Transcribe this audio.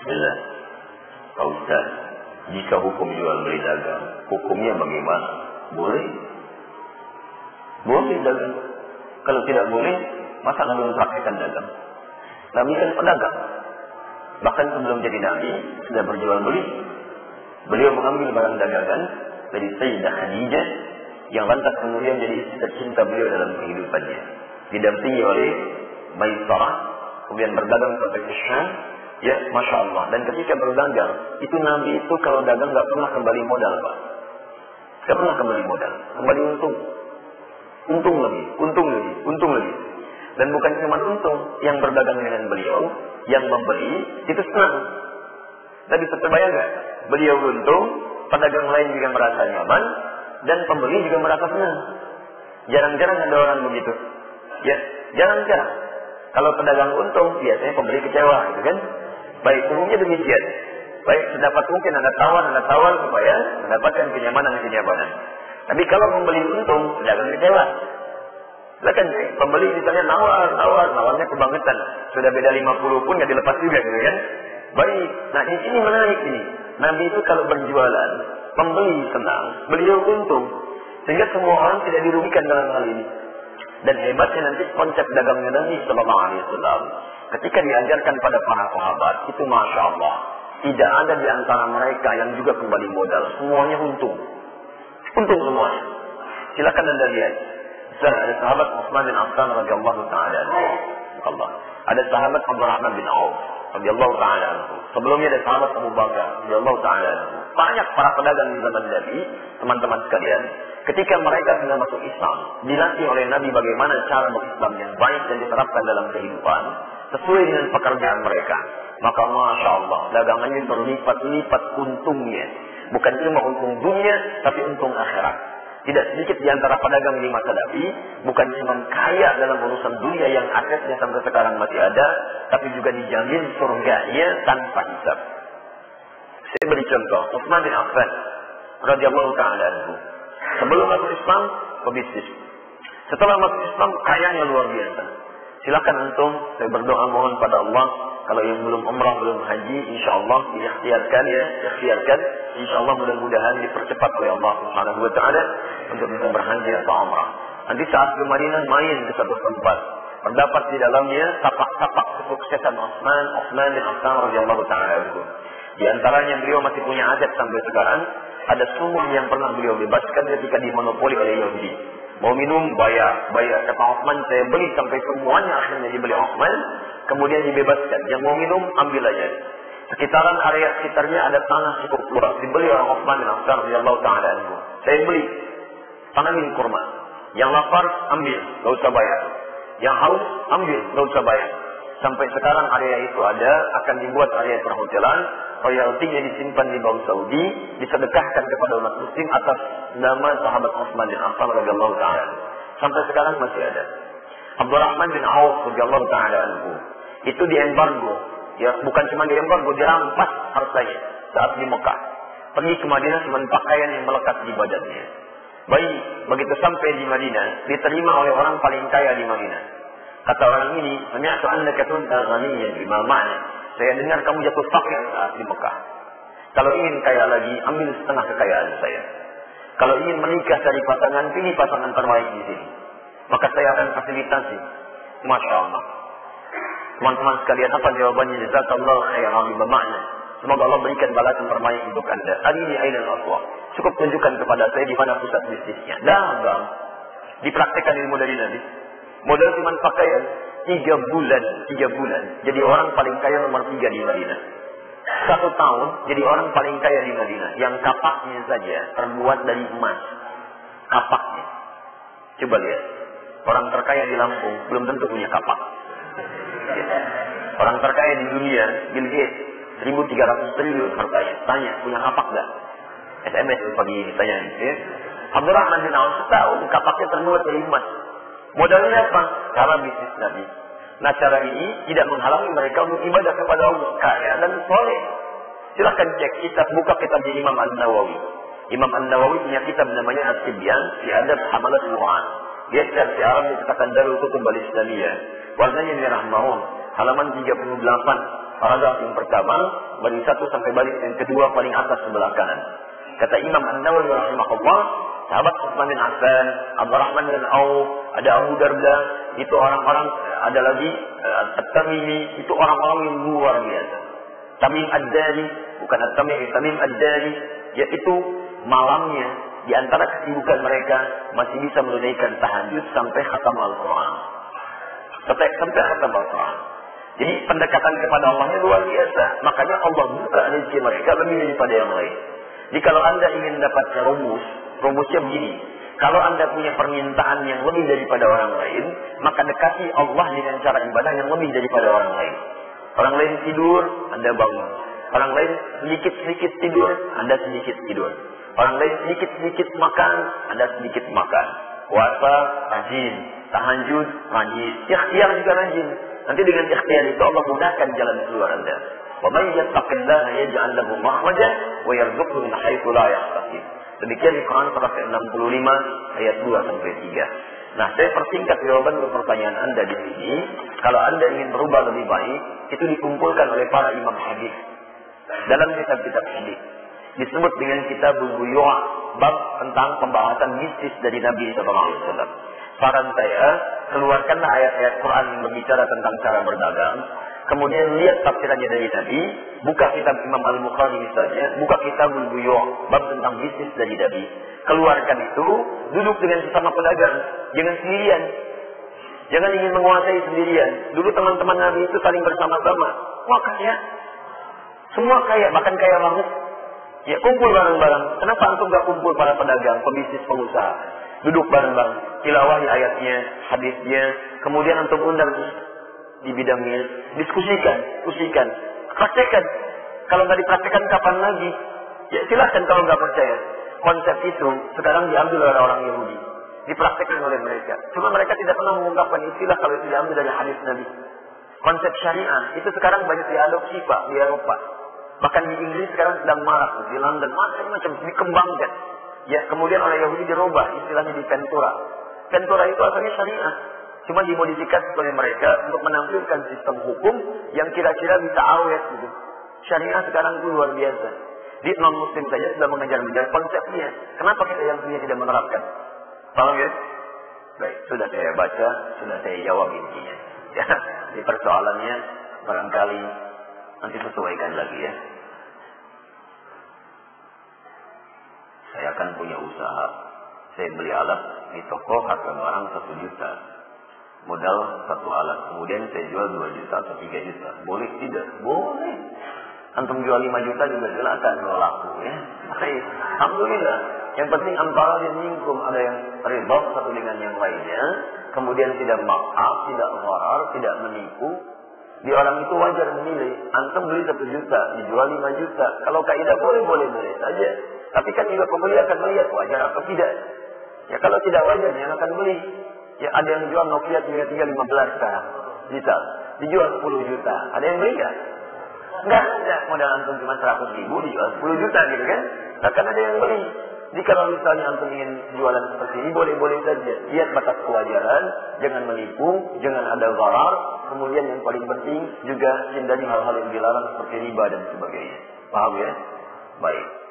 Jelas. Pak Ustaz, jika hukum jual beli dagang, hukumnya bagaimana? Boleh? Boleh dagang. Kalau tidak boleh, masa Nabi mempraktikkan dagang? Nabi kan pedagang. Bahkan sebelum jadi Nabi, sudah berjual beli. Beliau mengambil barang dagangan dari Sayyidah Khadijah, yang lantas kemudian jadi istri tercinta beliau dalam kehidupannya. Didampingi oleh Maisarah, kemudian berdagang sampai ke Syam. Ya, Masya Allah. Dan ketika berdagang, itu Nabi itu kalau dagang nggak pernah kembali modal, Pak. Nggak pernah kembali modal. Kembali untung. Untung lagi. Dan bukan cuma untung, yang berdagang dengan beliau, yang membeli, itu senang. Tapi terbayang nggak? Beliau untung, pedagang lain juga merasa nyaman, dan pembeli juga merasa senang. Jarang-jarang ada orang begitu. Ya, jarang-jarang. Kalau pedagang untung, biasanya pembeli kecewa, gitu kan? Baik, umumnya demikian. Baik, sedapat mungkin ada tawar supaya mendapatkan kenyamanan. Tapi kalau pembeli untung, pedagang kecewa. Silakan, pembeli misalnya nawarnya kebangetan. Sudah beda 50 pun nggak dilepas juga, gitu kan? Baik, nah ini menarik ini. Nabi itu kalau berjualan, pembeli senang, beliau untung. Sehingga semua orang tidak dirugikan dalam hal ini. Dan hebatnya nanti konsep dagangnya Nabi Sallallahu Alaihi Wasallam ketika diajarkan pada para sahabat itu Masya Allah, tidak ada di antara mereka yang juga kembali modal, semuanya untung semuanya. Silakan Anda lihat, ada sahabat Utsman bin Affan radhiyallahu taala Allah, ada sahabat Abdurrahman bin Auf radhiyallahu taala, sebelumnya ada sahabat Abu Bakar radhiyallahu taala. Banyak para pedagang di zaman Nabi, teman-teman sekalian. Ketika mereka sudah masuk Islam, dilatih oleh Nabi bagaimana cara berislam yang baik dan diterapkan dalam kehidupan, sesuai dengan pekerjaan mereka. Maka Masya Allah, dagangannya berlipat-lipat untungnya. Bukan cuma untung dunia, tapi untung akhirat. Tidak sedikit di antara pedagang di masa Nabi, bukan cuma kaya dalam urusan dunia yang asetnya sampai sekarang masih ada, tapi juga dijamin surganya tanpa hisab. Saya beri contoh, Utsman bin Affan radhiyallahu ta'ala anhu. Sebelum masuk Islam, pebisnis. Setelah masuk Islam, kayanya luar biasa. Silakan antum, saya berdoa mohon pada Allah, kalau yang belum umrah, belum haji, insya Allah diikhtiarkan. Insya Allah mudah-mudahan dipercepat oleh Allah Subhanahu Wa Taala untuk bisa berhaji atau umrah. Nanti saat ke Madinah main ke satu tempat, terdapat di dalamnya tapak-tapak kesuksesan Utsman bin Affan radhiyallahu taala anhu. Di antaranya beliau masih punya aset sampai sekarang. Ada sumur yang pernah beliau bebaskan ketika dimonopoli oleh Yahudi. Mau minum, bayar. Kata Utsman, saya beli sampai semuanya akhirnya dibeli Utsman. Kemudian dibebaskan. Yang mau minum, ambil aja. Sekitaran area sekitarnya ada tanah cukup luas. Dibeli oleh Utsman bin Affan radhiyallahu ta'ala anhu. Saya beli. Tanamin kurma. Yang lapar, ambil. Gak usah bayar. Yang haus, ambil. Gak usah bayar. Sampai sekarang area itu ada, akan dibuat area perhotelan, royaltinya disimpan di Bank Saudi, disedekahkan kepada umat muslim atas nama sahabat Utsman bin Affan radhiyallahu ta'ala. Sampai sekarang masih ada. Abdurrahman bin Auf radhiyallahu ta'ala anhu. Itu diembargo. Ya, bukan cuma diembargo, dirampas hartanya saat di Mekah. Pergi ke Madinah cuma pakaian yang melekat di badannya. Baik, begitu sampai di Madinah, diterima oleh orang paling kaya di Madinah. Kata orang ini, sami'tu annaka kunta ghaniyyan bima ma'na. Saya dengar kamu jatuh fakir saat di Mekah. Kalau ingin kaya lagi, ambil setengah kekayaan saya. Kalau ingin menikah dari pasangan, pilih pasangan terbaik di sini. Maka saya akan fasilitasi. Masya Allah. Teman-teman sekalian, apa jawabannya? Jazakallahu khairan bima ma'na. Semoga Allah berikan balasan terbaik untuk Anda. Arini ainal aswa. Cukup tunjukkan kepada saya di mana pusat bisnisnya. Dagang. Dipraktekkan ilmu dari Nabi. Modal cuma pakaian 3 bulan. Jadi orang paling kaya nomor 3 di Madinah. 1 tahun jadi orang paling kaya di Madinah. Yang kapaknya saja terbuat dari emas. Kapaknya. Coba lihat. Orang terkaya di Lampung belum tentu punya kapak. Orang terkaya di dunia, Bill Gates, 1.300 triliun hartanya. Tanya, punya kapak gak? SMS pagi ini tanya. Ya. Abdurrahman bin Auf setahun kapaknya terbuat dari emas. Modalnya apa? Cara bisnis Nabi. Nah, cara ini tidak menghalangi mereka untuk ibadah kepada Allah. Kaya dan soleh. Silahkan cek kitab, buka kitabnya Imam An-Nawawi. Imam An-Nawawi punya kitab namanya At-Tibyan fi Adab Hamalat Al-Quran. Dia secara si Arab dikatakan Darul Kutub Al-Islamiyah. Warnanya merah marun. Halaman 38. Paragraf yang pertama, baris 1 sampai baris yang kedua paling atas sebelah kanan. Kata Imam An-Nawawi rahimahullah, sahabat Utsman bin Affan, Abdurrahman bin Auf, ada Abu Darda, itu orang-orang, ada lagi At-Tamimi, itu orang-orang yang luar biasa. Tamim Ad-Dari, bukan At-Tamimi, Tamim Ad-Dari, yaitu malamnya di antara kesibukan mereka masih bisa menunaikan tahajud sampai khatam Al-Quran. Sampai khatam Al-Quran. Jadi pendekatan kepada Allahnya luar biasa. Makanya Allah buka rezeki mereka lebih daripada yang lain. Jadi kalau Anda ingin mendapatkan rumusnya begini. Kalau Anda punya permintaan yang lebih daripada orang lain, maka dekati Allah dengan cara ibadah yang lebih daripada orang lain. Orang lain tidur, Anda bangun. Orang lain sedikit-sedikit tidur, Anda sedikit tidur. Orang lain sedikit-sedikit makan, Anda sedikit makan. Puasa, rajin. Tahajud, rajin. Ikhtiar juga rajin. Nanti dengan ikhtiar itu Allah mudahkan jalan keluar Anda. Wa may yattaqillaha yaj'al lahu makhrajan wa yarzuqhu min haitsu la yahtasib. Demikian di Quran surah 65 ayat 2 sampai 3. Nah, saya persingkat jawaban untuk pertanyaan Anda di sini. Kalau Anda ingin berubah lebih baik, itu dikumpulkan oleh para imam hadis dalam kitab-kitab hadis. Disebut dengan Kitabul Buyu'ah, bab tentang pembahasan bisnis dari Nabi SAW. Saran saya, keluarkanlah ayat-ayat Quran yang berbicara tentang cara berdagang. Kemudian lihat tafsirannya dari Nabi. Buka kitab Imam Al-Bukhari misalnya. Buka Kitabul Buyu'ah, bab tentang bisnis dari Nabi. Keluarkan itu, duduk dengan sesama pedagang. Jangan sendirian. Jangan ingin menguasai sendirian. Dulu teman-teman Nabi itu saling bersama-sama. Wah kaya. Semua kaya, bahkan kaya banget. Ya kumpul bareng-bareng. Kenapa antum gak kumpul para pedagang, pebisnis, pengusaha? Duduk bareng-bareng. Tilawahi ayatnya, hadisnya. Kemudian antum undang di bidangnya. Diskusikan. Praktekkan. Kalau nggak dipraktekkan kapan lagi? Ya silahkan kalau nggak percaya. Konsep itu sekarang diambil oleh orang Yahudi. Dipraktekkan oleh mereka. Cuma mereka tidak pernah mengungkapkan istilah kalau itu diambil dari hadis Nabi. Konsep syariah itu sekarang banyak diadopsi Pak di Eropa. Bahkan di Inggris sekarang sedang marak, di London macam-macam dikembangkan. Ya kemudian oleh Yahudi dirubah istilahnya di Ventura. Ventura itu asalnya syariah. Cuma dimodifikasi oleh mereka untuk menampilkan sistem hukum yang kira-kira bisa awet gitu. Syariah sekarang itu luar biasa. Di non-muslim saja sudah mengejar-ngejar konsepnya. Kenapa kita yang punya tidak menerapkan? Paham ya? Baik, sudah saya baca, sudah saya jawab intinya. Ya, di persoalannya barangkali nanti sesuaikan lagi ya. Saya akan punya usaha. Saya beli alat di toko harga barang 1 juta. Modal 1 alat. Kemudian saya jual 2 juta atau 3 juta. Boleh tidak? Boleh. Antum jual 5 juta juga silakan kalau laku ya. Baik. Alhamdulillah. Yang penting antara yang nyingkum ada yang riba satu dengan yang lainnya. Kemudian tidak maaf, tidak gharar, tidak menipu. Di orang itu wajar menilai. Antum beli 1 juta, dijual 5 juta. Kalau kaidah boleh saja. Tapi kan juga pembeli akan melihat wajar atau tidak. Ya kalau tidak wajar yang akan beli. Ya ada yang jual Nokia 3315 sekarang. Bisa. Dijual 10 juta. Ada yang beli nggak? Nggak ada. Modal antum cuma 100 ribu dijual 10 juta gitu kan. Akan ada yang beli. Jadi kalau misalnya antum ingin jualan seperti ini boleh-boleh saja. Lihat batas kewajaran. Jangan menipu. Jangan ada gharar. Kemudian yang paling penting juga hindari hal-hal yang dilarang seperti riba dan sebagainya. Paham ya? Baik.